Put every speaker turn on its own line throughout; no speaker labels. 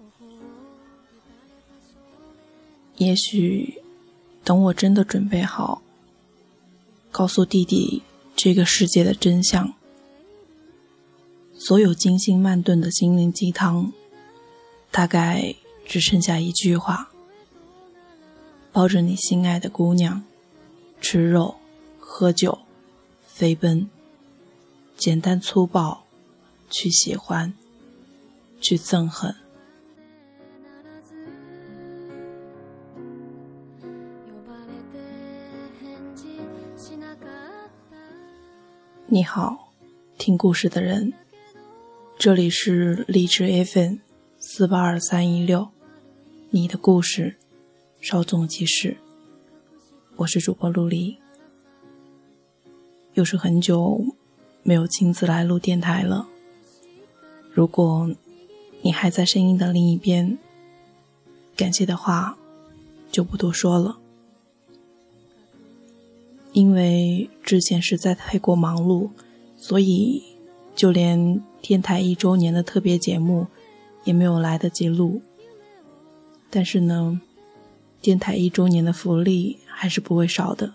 也许等我真的准备好告诉弟弟这个世界的真相，所有精心慢炖的心灵鸡汤大概只剩下一句话：抱着你心爱的姑娘，吃肉喝酒飞奔，简单粗暴去喜欢，去憎恨。你好，听故事的人，这里是荔枝 FM 482316，你的故事稍纵即逝，我是主播陆离。又是很久没有亲自来录电台了，如果你还在声音的另一边，感谢的话就不多说了。因为之前实在太过忙碌，所以就连电台1周年的特别节目也没有来得及录。但是呢，电台1周年的福利还是不会少的。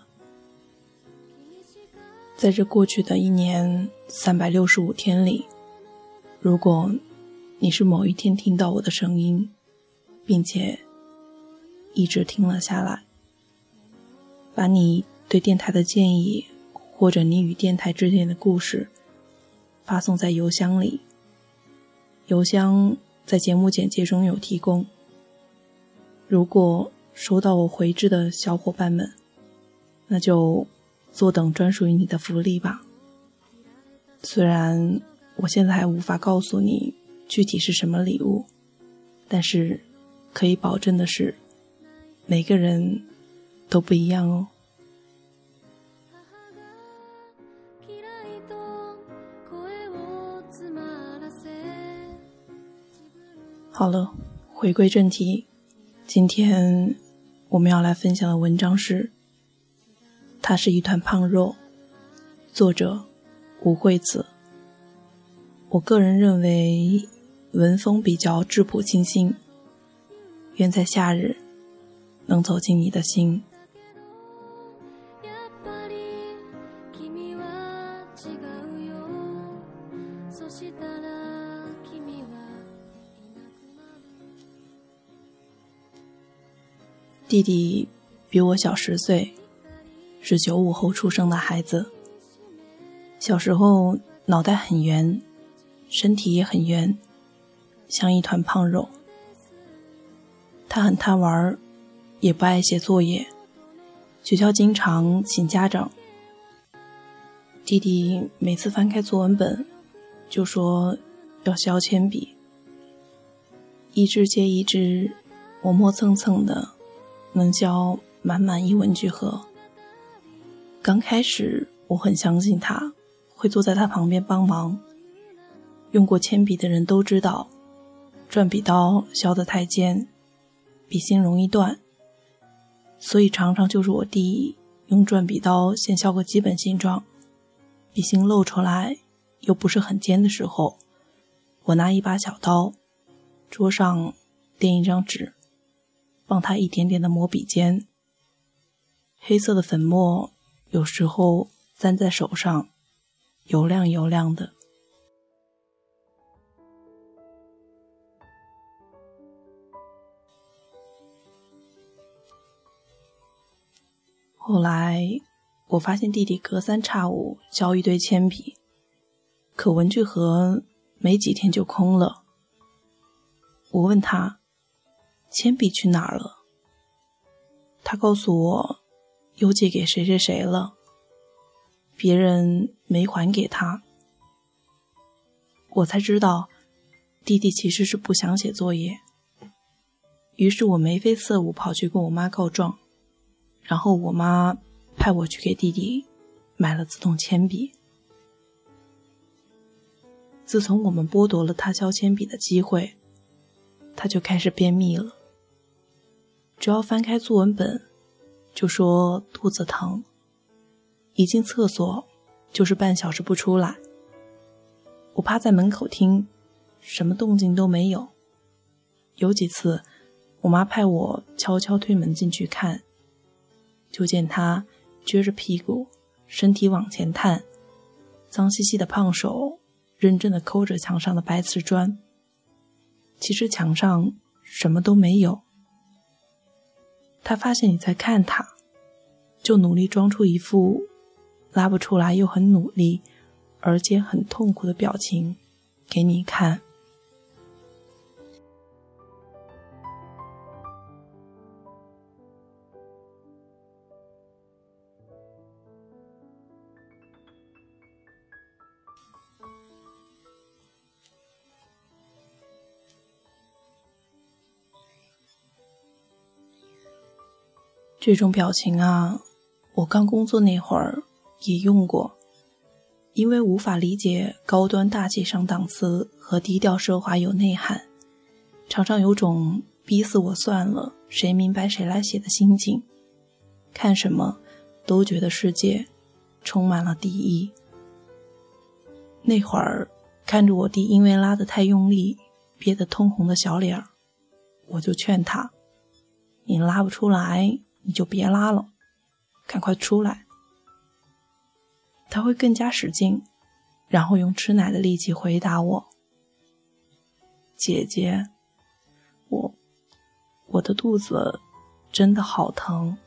在这过去的1年365天里，如果你是某一天听到我的声音，并且一直听了下来，把你对电台的建议或者你与电台之间的故事发送在邮箱里，邮箱在节目简介中有提供。如果收到我回执的小伙伴们，那就坐等专属于你的福利吧。虽然我现在还无法告诉你具体是什么礼物，但是可以保证的是，每个人都不一样哦。好了，回归正题，今天我们要来分享的文章是它是一团胖肉，作者吴惠子。我个人认为文风比较质朴清新，愿在夏日能走进你的心。弟弟比我小10岁，是95后出生的孩子。小时候脑袋很圆，身体也很圆，像一团胖肉。他很贪玩，也不爱写作业，学校经常请家长。弟弟每次翻开作文本就说要削铅笔，一支接一支磨磨蹭蹭的，能削满满一文具盒。刚开始我很相信他，会坐在他旁边帮忙。用过铅笔的人都知道，转笔刀削得太尖，笔芯容易断，所以常常就是我弟用转笔刀先削个基本形状，笔芯露出来又不是很尖的时候，我拿一把小刀，桌上垫一张纸，帮他一点点地磨笔尖。黑色的粉末有时候沾在手上，油亮油亮的。后来我发现弟弟隔三差五削一堆铅笔，可文具盒没几天就空了。我问他铅笔去哪儿了，他告诉我又借给谁谁谁了，别人没还给他。我才知道弟弟其实是不想写作业，于是我眉飞色舞跑去跟我妈告状，然后我妈派我去给弟弟买了自动铅笔。自从我们剥夺了他削铅笔的机会，他就开始便秘了。只要翻开作文本就说肚子疼，一进厕所就是半小时不出来。我趴在门口听，什么动静都没有， 有几次我妈派我悄悄推门进去看，就见她撅着屁股，身体往前探，脏兮兮的胖手认真地抠着墙上的白瓷砖。其实墙上什么都没有。她发现你在看她，就努力装出一副拉不出来又很努力而且很痛苦的表情给你看。这种表情啊，我刚工作那会儿也用过，因为无法理解高端大气上档次和低调奢华有内涵，常常有种逼死我算了，谁明白谁来写的心情，看什么都觉得世界充满了敌意。那会儿看着我弟因为拉得太用力憋得通红的小脸，我就劝他，你拉不出来你就别拉了，赶快出来。他会更加使劲，然后用吃奶的力气回答我，姐姐，我的肚子真的好疼。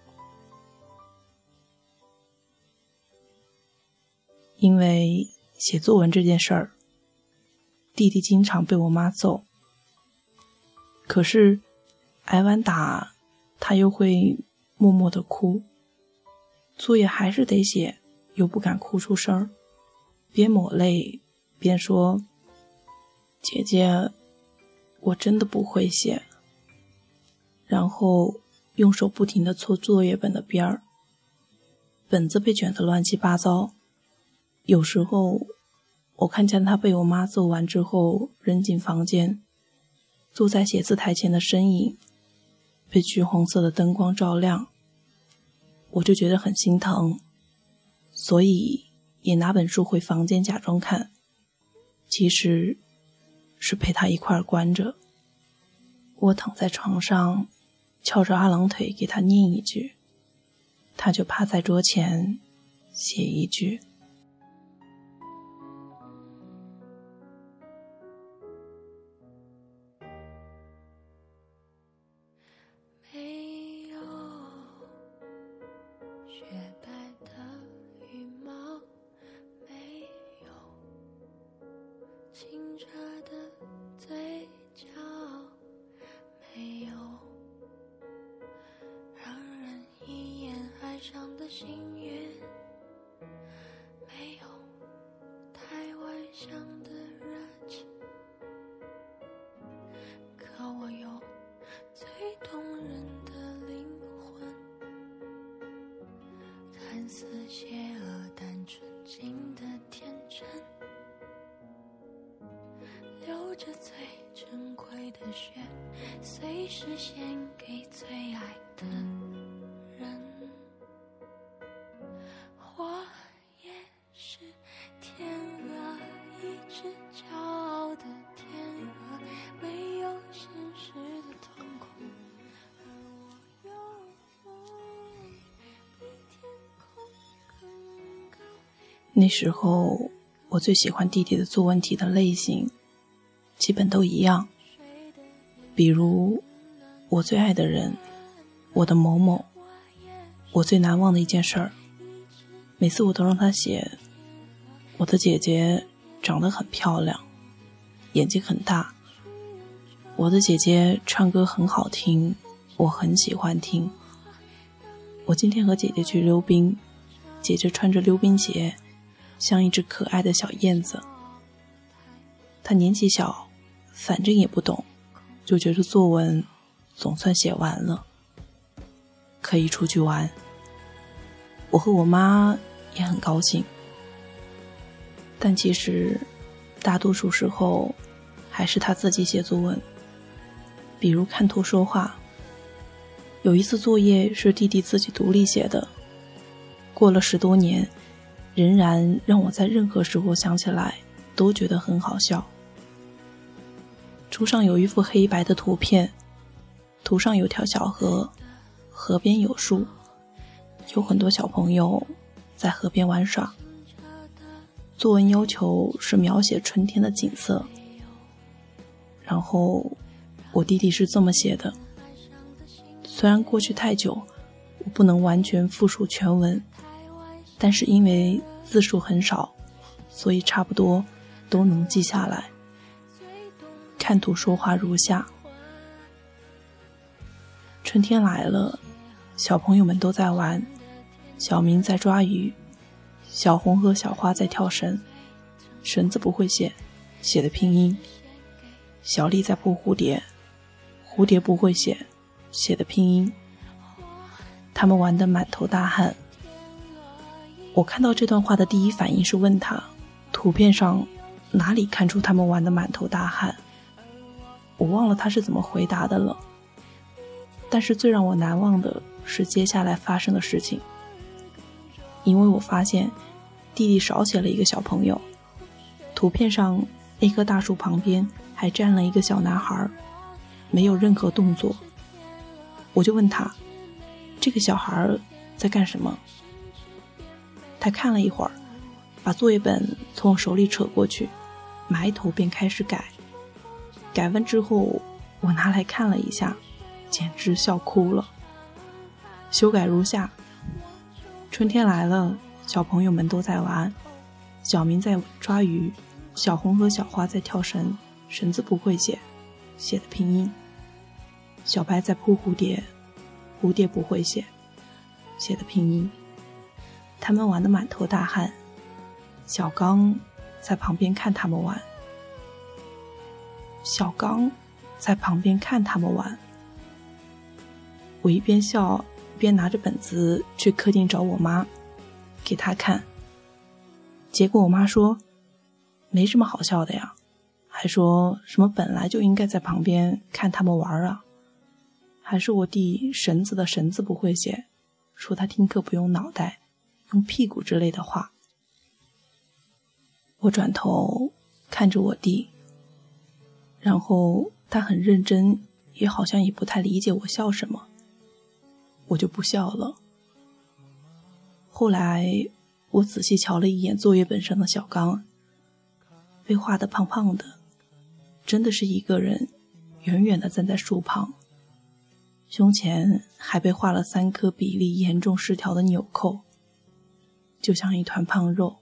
因为写作文这件事儿，弟弟经常被我妈揍，可是挨完打他又会默默地哭，作业还是得写，又不敢哭出声儿，边抹泪边说，姐姐，我真的不会写，然后用手不停地搓作业本的边儿，本子被卷得乱七八糟。有时候我看见他被我妈揍完之后扔进房间，坐在写字台前的身影被橘红色的灯光照亮，我就觉得很心疼，所以也拿本书回房间假装看，其实是陪他一块儿关着。我躺在床上翘着二郎腿给他念一句，他就趴在桌前写一句。
清澈的嘴角，没有让人一眼爱上的幸运，没有太外向的热情，可我有最动人的灵魂，看似邪恶但纯净的天真，流着最珍贵的血，随时献给最爱的人。我也是天鹅，一只骄傲的天鹅，没有现实的痛苦，而我有梦比天空更高。
那时候我最喜欢弟弟的作文题的类型基本都一样，比如我最爱的人，我的某某，我最难忘的一件事儿。每次我都让他写，我的姐姐长得很漂亮，眼睛很大，我的姐姐唱歌很好听，我很喜欢听。我今天和姐姐去溜冰，姐姐穿着溜冰鞋，像一只可爱的小燕子。她年纪小，反正也不懂，就觉得作文总算写完了，可以出去玩。我和我妈也很高兴，但其实大多数时候还是她自己写作文，比如看图说话。有一次作业是弟弟自己独立写的，过了10多年，仍然让我在任何时候想起来都觉得很好笑。 书上有一幅黑白的图片，图上有条小河，河边有树，有很多小朋友在河边玩耍。作文要求是描写春天的景色，然后我弟弟是这么写的，虽然过去太久，我不能完全复述全文，但是因为字数很少，所以差不多都能记下来。看图说话如下：春天来了，小朋友们都在玩，小明在抓鱼，小红和小花在跳绳，绳子不会写，写的拼音。小丽在扑蝴蝶，蝴蝶不会写，写的拼音。他们玩得满头大汗。我看到这段话的第一反应是问他，图片上哪里看出他们玩得满头大汗？我忘了他是怎么回答的了。但是最让我难忘的是接下来发生的事情，因为我发现弟弟少写了一个小朋友，图片上那棵大树旁边还站了一个小男孩，没有任何动作。我就问他，这个小孩在干什么？他看了一会儿，把作业本从我手里扯过去，埋头便开始改。改完之后，我拿来看了一下，简直笑哭了。修改如下：春天来了，小朋友们都在玩，小明在抓鱼，小红和小花在跳绳，绳子不会写，写的拼音。小白在扑蝴蝶，蝴蝶不会写，写的拼音。他们玩得满头大汗，小刚在旁边看他们玩。小刚在旁边看他们玩。我一边笑一边拿着本子去客厅找我妈，给她看。结果我妈说，没什么好笑的呀，还说什么本来就应该在旁边看他们玩啊，还是我弟绳子的绳子不会写，说他听课不用脑袋，用屁股之类的话。我转头看着我弟，然后他很认真，也好像也不太理解我笑什么，我就不笑了。后来我仔细瞧了一眼作业本上的小刚，被画得胖胖的，真的是一个人远远地站在树旁，胸前还被画了3颗比例严重失调的纽扣，就像一团胖肉。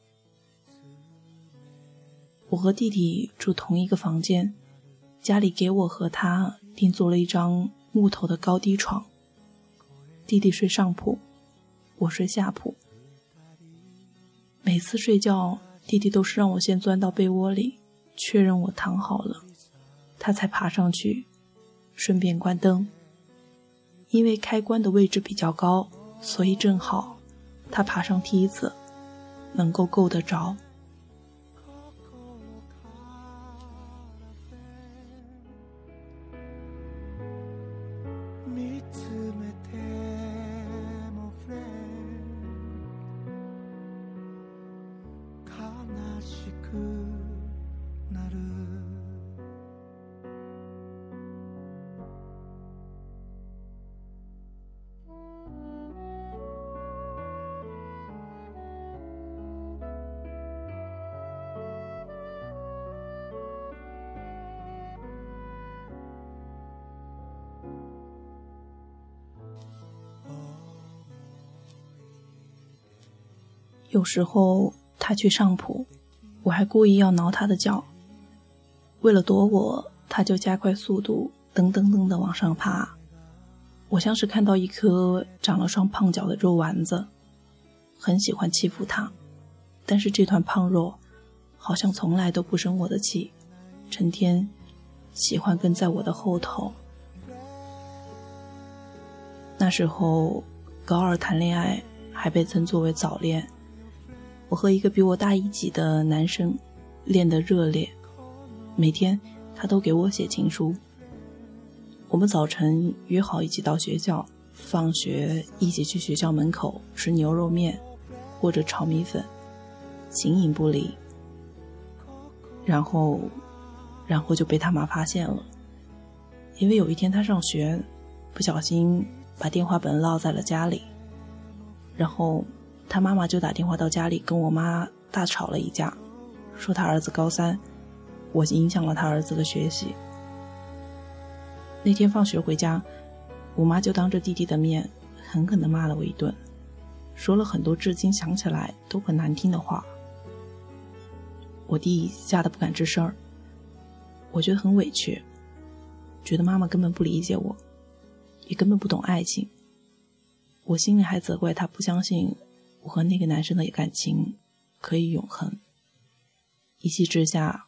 我和弟弟住同一个房间，家里给我和他订做了一张木头的高低床，弟弟睡上铺，我睡下铺。每次睡觉，弟弟都是让我先钻到被窝里，确认我躺好了，他才爬上去，顺便关灯。因为开关的位置比较高，所以正好他爬上梯子，能够够得着。有时候他去上铺，我还故意要挠他的脚，为了躲我，他就加快速度噔噔噔地往上爬。我像是看到一颗长了双胖脚的肉丸子，很喜欢欺负他，但是这团胖肉好像从来都不生我的气，成天喜欢跟在我的后头。那时候高2谈恋爱还被称作为早恋，我和一个比我大1级的男生恋得热烈，每天他都给我写情书。我们早晨约好一起到学校，放学一起去学校门口吃牛肉面或者炒米粉，形影不离。然后然后就被他妈发现了。因为有一天他上学，不小心把电话本落在了家里，然后他妈妈就打电话到家里跟我妈大吵了一架，说他儿子高3，我影响了他儿子的学习。那天放学回家，我妈就当着弟弟的面狠狠地骂了我一顿，说了很多至今想起来都很难听的话。我弟吓得不敢吱声，我觉得很委屈，觉得妈妈根本不理解我，也根本不懂爱情。我心里还责怪他不相信我和那个男生的感情可以永恒。一气之下，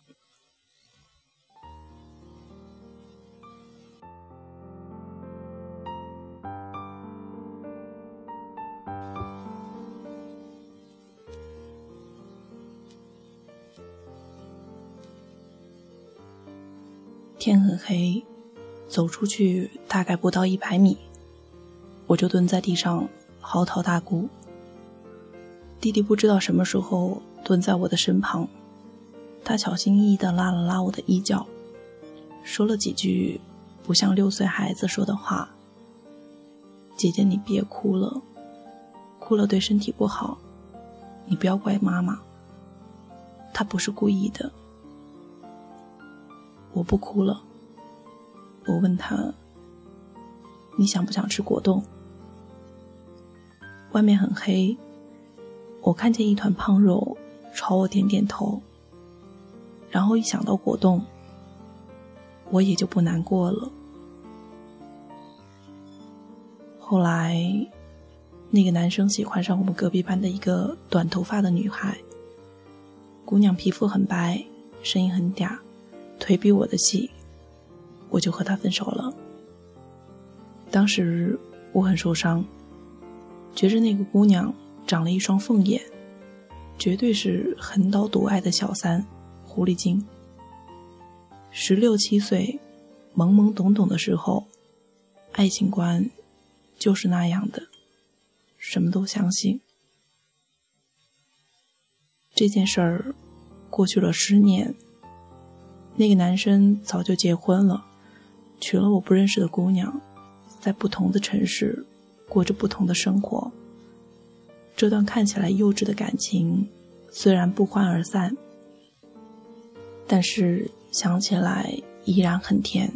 天很黑，走出去大概不到100米，我就蹲在地上嚎啕大哭。弟弟不知道什么时候蹲在我的身旁，他小心翼翼地拉了拉我的衣角，说了几句不像6岁孩子说的话：姐姐你别哭了，哭了对身体不好，你不要怪妈妈，她不是故意的。我不哭了，我问他：你想不想吃果冻？外面很黑，我看见一团胖肉朝我点点头，然后一想到果冻，我也就不难过了。后来那个男生喜欢上我们隔壁班的一个短头发的女孩，姑娘皮肤很白，声音很嗲，腿比我的细，我就和她分手了。当时我很受伤，觉着那个姑娘长了一双凤眼，绝对是横刀夺爱的小三狐狸精。16、17岁懵懵懂懂的时候，爱情观就是那样的，什么都相信。这件事儿过去了10年，那个男生早就结婚了，娶了我不认识的姑娘，在不同的城市过着不同的生活。这段看起来幼稚的感情虽然不欢而散，但是想起来依然很甜。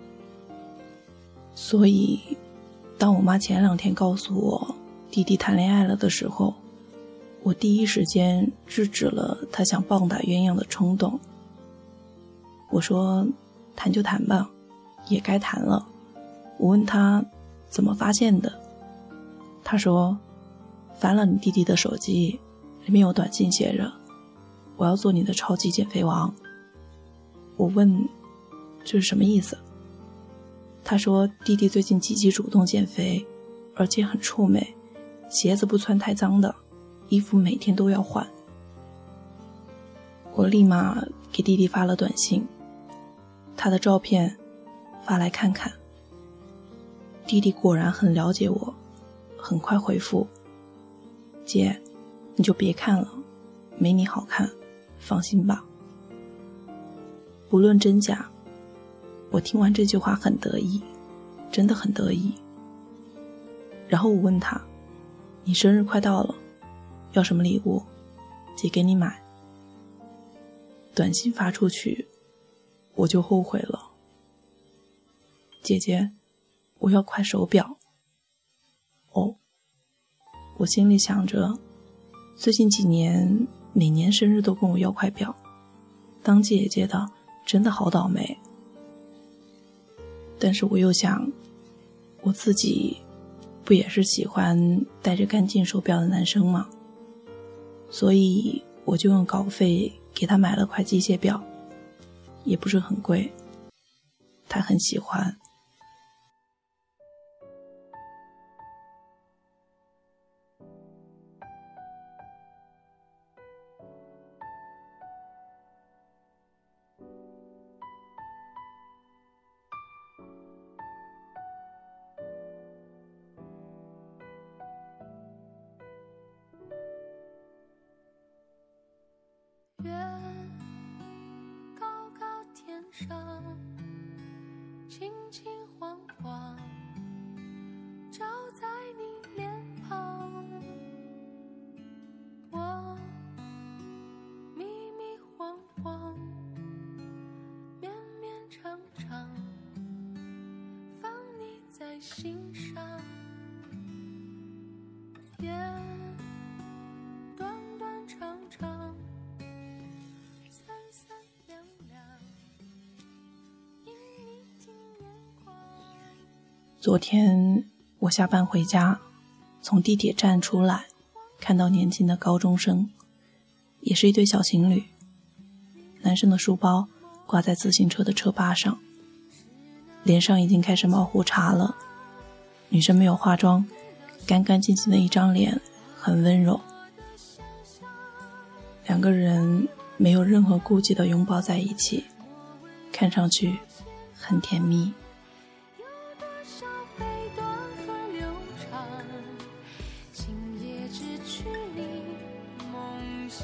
所以当我妈前2天告诉我弟弟谈恋爱了的时候，我第一时间制止了她想棒打鸳鸯的冲动。我说谈就谈吧，也该谈了。我问他怎么发现的，他说翻了你弟弟的手机，里面有短信写着我要做你的超级减肥王。我问这是什么意思，他说弟弟最近积极主动减肥，而且很臭美，鞋子不穿太脏的，衣服每天都要换。我立马给弟弟发了短信，他的照片发来看看。弟弟果然很了解我，很快回复：姐，你就别看了，没你好看，放心吧。不论真假，我听完这句话很得意，真的很得意。然后我问他，你生日快到了，要什么礼物，姐给你买。短信发出去，我就后悔了。姐姐，我要块手表。哦，我心里想着，最近几年每年生日都跟我要块表，当姐姐的真的好倒霉。但是我又想，我自己不也是喜欢戴着干净手表的男生吗？所以我就用稿费给他买了块机械表，也不是很贵，他很喜欢。
愿高高天上，轻轻晃晃，照在你脸庞。我迷迷晃晃，绵绵长长，放你在心上。夜短短长长，散散凉凉，因你听眼眶。
昨天我下班回家，从地铁站出来，看到年轻的高中生，也是一对小情侣。男生的书包挂在自行车的车把上，脸上已经开始冒胡茬了。女生没有化妆，干干净净的一张脸，很温柔。两个人没有任何顾忌地拥抱在一起，看上去很甜蜜。
有多少飞短和流长，今夜只取你梦想。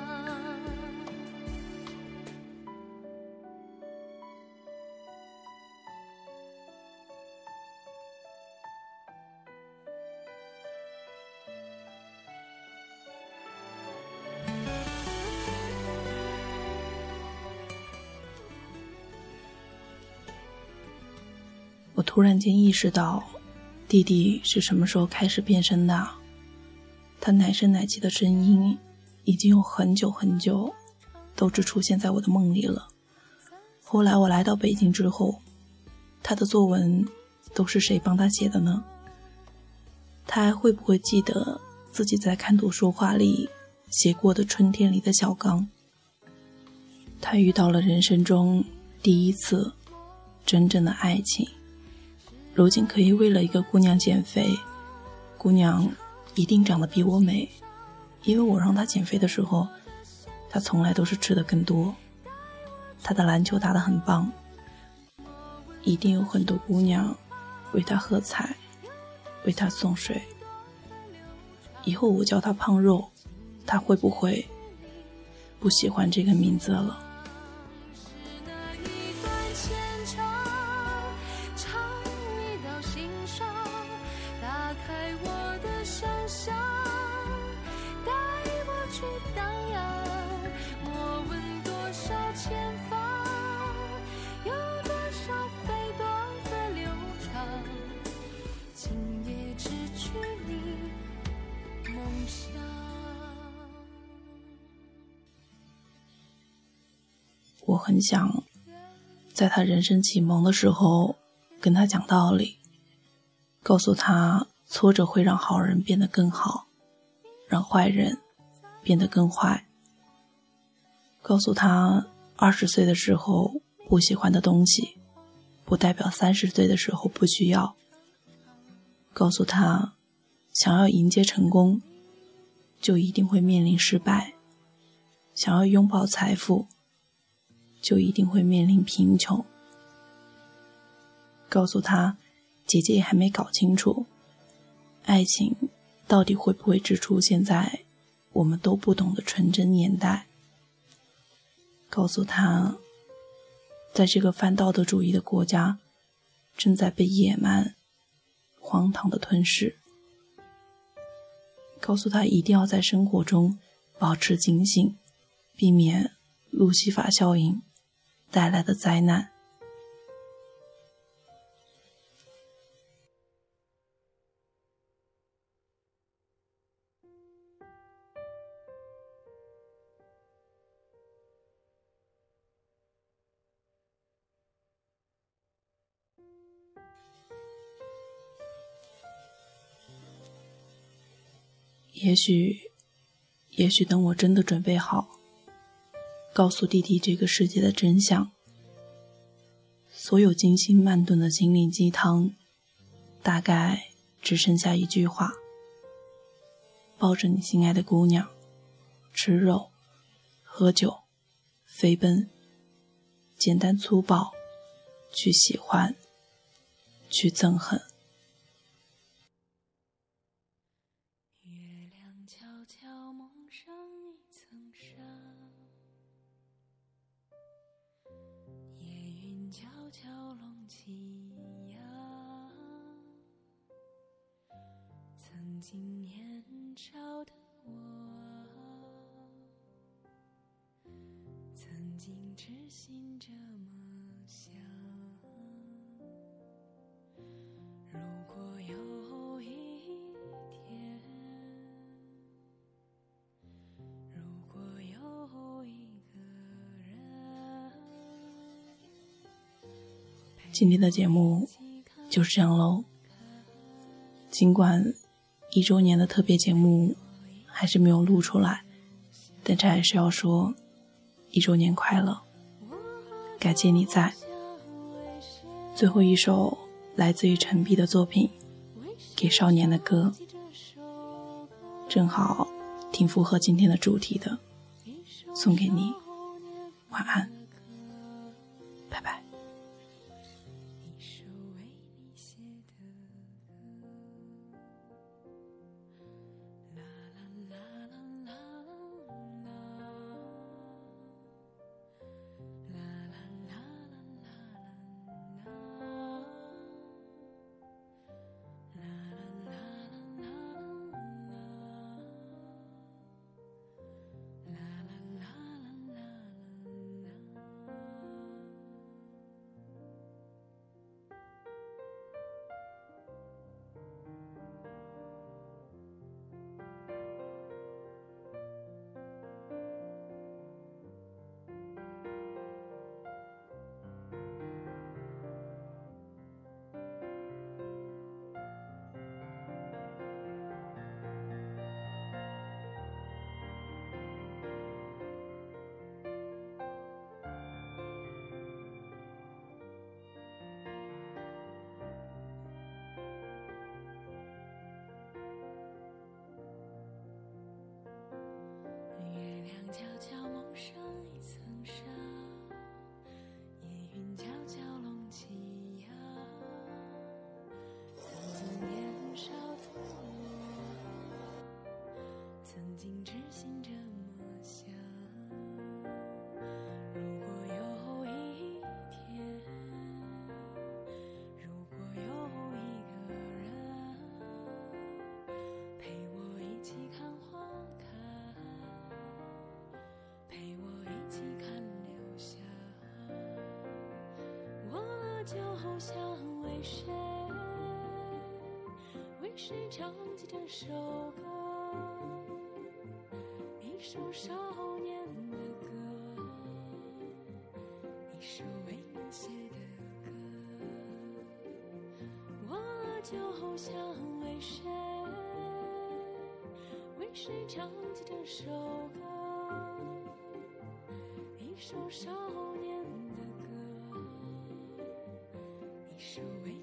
我突然间意识到，弟弟是什么时候开始变声的？他奶声奶气的声音已经有很久很久都只出现在我的梦里了。后来我来到北京之后，他的作文都是谁帮他写的呢？他还会不会记得自己在看图说话里写过的春天里的小刚？他遇到了人生中第一次真正的爱情，如今可以为了一个姑娘减肥，姑娘一定长得比我美，因为我让她减肥的时候，她从来都是吃的更多。她的篮球打得很棒，一定有很多姑娘为她喝彩，为她送水。以后我叫她胖肉，她会不会不喜欢这个名字了？我很想在他人生启蒙的时候跟他讲道理，告诉他挫折会让好人变得更好，让坏人变得更坏。告诉他20岁的时候不喜欢的东西，不代表30岁的时候不需要。告诉他想要迎接成功，就一定会面临失败；想要拥抱财富，就一定会面临贫穷。告诉他，姐姐也还没搞清楚，爱情到底会不会只出现在我们都不懂的纯真年代。告诉他，在这个反道德主义的国家，正在被野蛮、荒唐的吞噬。告诉他一定要在生活中保持警醒，避免路西法效应带来的灾难。也许等我真的准备好，告诉弟弟这个世界的真相，所有精心慢炖的心灵鸡汤，大概只剩下一句话：抱着你心爱的姑娘，吃肉，喝酒，飞奔，简单粗暴，去喜欢，去憎恨。
月亮悄悄蒙上一层纱，夜曾经年少的我，曾经痴心着梦想，如果有一天，如果有一个人，
今天的节目就是这样喽。尽管1周年的特别节目还是没有录出来，但这还是要说1周年快乐，感谢你在。最后一首来自于陈碧的作品《给少年的歌》，正好挺符合今天的主题的，送给你，晚安，拜拜。
悄悄蒙上一层纱，夜云悄悄拢起呀。曾经年少的我，曾经痴心着梦想，如果有一天，如果有一个人陪我一起看花开，陪我一起看流霞，我就想为谁唱起这首歌，一首少年的歌，一首为你写的歌，我就想为谁唱起这首歌，一首少年的歌，一首为